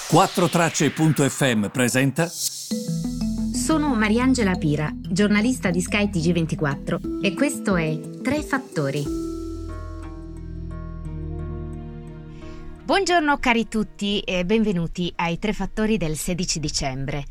4Tracce.fm presenta. Sono Mariangela Pira, giornalista di Sky TG24 e questo è Tre Fattori. Buongiorno cari tutti e benvenuti ai Tre Fattori del 16 dicembre.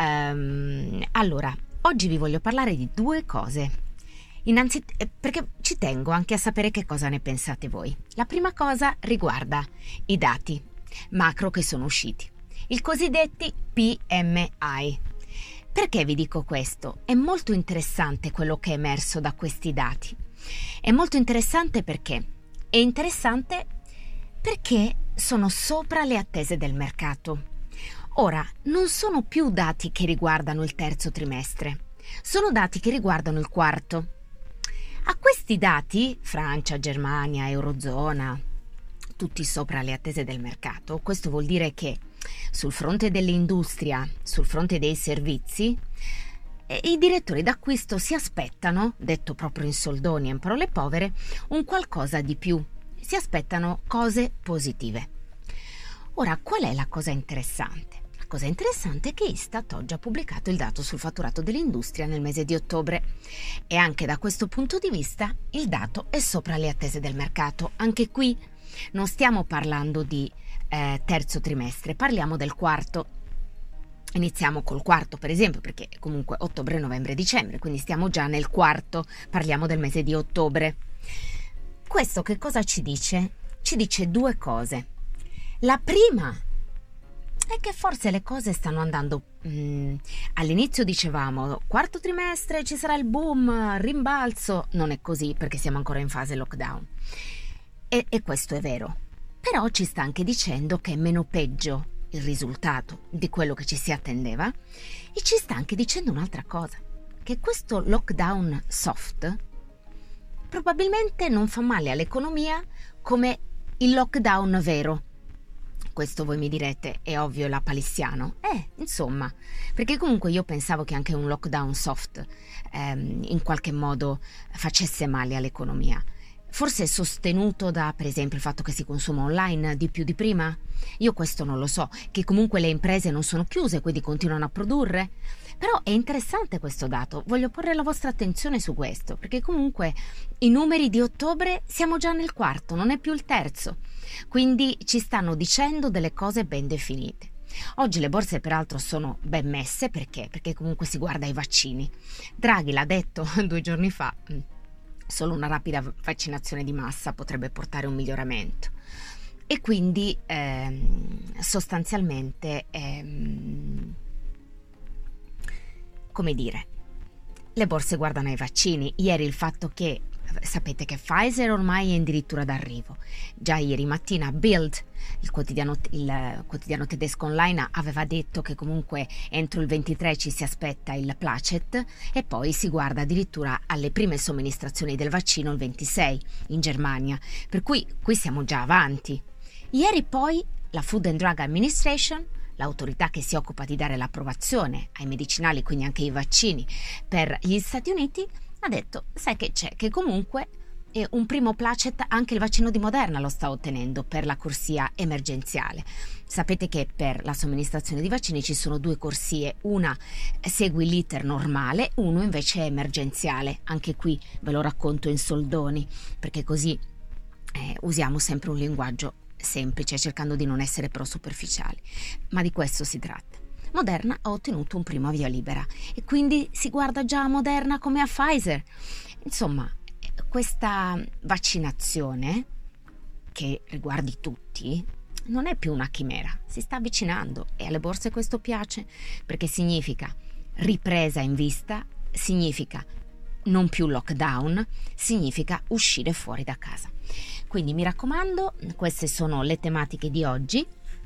Allora, oggi vi voglio parlare di due cose. Perché ci tengo anche a sapere che cosa ne pensate voi. La prima cosa riguarda i dati macro che sono usciti, i cosiddetti PMI. Perché vi dico questo? È molto interessante quello che è emerso da questi dati. È molto interessante perché? È interessante perché sono sopra le attese del mercato. Ora, non sono più dati che riguardano il terzo trimestre, sono dati che riguardano il quarto. A questi dati, Francia, Germania, Eurozona, tutti sopra le attese del mercato, questo vuol dire che sul fronte dell'industria, sul fronte dei servizi, i direttori d'acquisto si aspettano, detto proprio in soldoni e in parole povere, un qualcosa di più. Si aspettano cose positive. Ora, qual è la cosa interessante? La cosa interessante è che Istat oggi ha pubblicato il dato sul fatturato dell'industria nel mese di ottobre e anche da questo punto di vista il dato è sopra le attese del mercato. Anche qui non stiamo parlando di terzo trimestre, parliamo del quarto. Iniziamo col quarto, per esempio, perché comunque ottobre, novembre, dicembre, quindi stiamo già nel quarto, parliamo del mese di ottobre. Questo che cosa ci dice? Ci dice due cose. La prima è che forse le cose stanno andando. All'inizio dicevamo quarto trimestre ci sarà il boom, rimbalzo. Non è così perché siamo ancora in fase lockdown. E questo è vero. Però ci sta anche dicendo che è meno peggio il risultato di quello che ci si attendeva e ci sta anche dicendo un'altra cosa, che questo lockdown soft probabilmente non fa male all'economia come il lockdown vero. Questo voi mi direte, è ovvio, lapalissiano. Insomma, perché comunque io pensavo che anche un lockdown soft in qualche modo facesse male all'economia. Forse è sostenuto da, per esempio, il fatto che si consuma online di più di prima? Io questo non lo so, che comunque le imprese non sono chiuse, quindi continuano a produrre. Però è interessante questo dato, voglio porre la vostra attenzione su questo, perché comunque i numeri di ottobre siamo già nel quarto, non è più il terzo. Quindi ci stanno dicendo delle cose ben definite. Oggi le borse peraltro sono ben messe, perché? Perché comunque si guarda ai vaccini. Draghi l'ha detto 2 giorni fa. Solo una rapida vaccinazione di massa potrebbe portare un miglioramento e quindi sostanzialmente come dire, le borse guardano ai vaccini. Ieri il fatto che sapete che Pfizer ormai è addirittura d'arrivo. Già ieri mattina Bild, il quotidiano tedesco online, aveva detto che comunque entro il 23 ci si aspetta il placet e poi si guarda addirittura alle prime somministrazioni del vaccino il 26 in Germania. Per cui qui siamo già avanti. Ieri poi la Food and Drug Administration, l'autorità che si occupa di dare l'approvazione ai medicinali, quindi anche ai vaccini per gli Stati Uniti, ha detto, sai che c'è, che comunque un primo placet anche il vaccino di Moderna lo sta ottenendo per la corsia emergenziale. Sapete che per la somministrazione di vaccini ci sono 2 corsie, una segui l'iter normale, uno invece è emergenziale. Anche qui ve lo racconto in soldoni, perché così usiamo sempre un linguaggio semplice, cercando di non essere però superficiali, ma di questo si tratta. Moderna ha ottenuto un primo via libera e quindi si guarda già a Moderna come a Pfizer. Insomma, questa vaccinazione che riguardi tutti non è più una chimera, si sta avvicinando e alle borse questo piace perché significa ripresa in vista, significa non più lockdown, significa uscire fuori da casa. Quindi mi raccomando, queste sono le tematiche di oggi.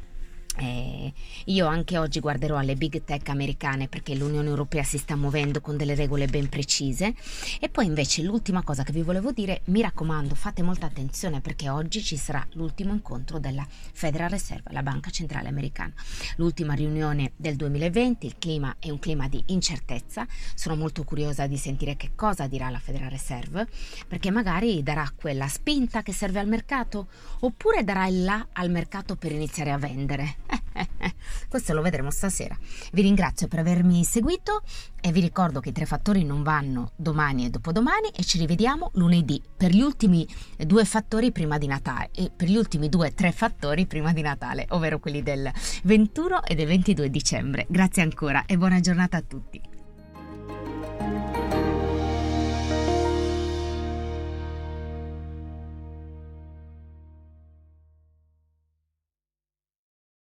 Io anche oggi guarderò alle big tech americane perché l'Unione Europea si sta muovendo con delle regole ben precise. E poi invece l'ultima cosa che vi volevo dire, mi raccomando, fate molta attenzione perché oggi ci sarà l'ultimo incontro della Federal Reserve, la banca centrale americana, l'ultima riunione del 2020. Il clima è un clima di incertezza, sono molto curiosa di sentire che cosa dirà la Federal Reserve, perché magari darà quella spinta che serve al mercato oppure darà il là al mercato per iniziare a vendere. questo lo vedremo stasera. Vi ringrazio per avermi seguito e vi ricordo che i tre fattori non vanno domani e dopodomani, e ci rivediamo lunedì per gli ultimi 2 fattori prima di Natale e per gli ultimi 2-3 fattori prima di Natale, ovvero quelli del 21 e del 22 dicembre. Grazie ancora e buona giornata a tutti.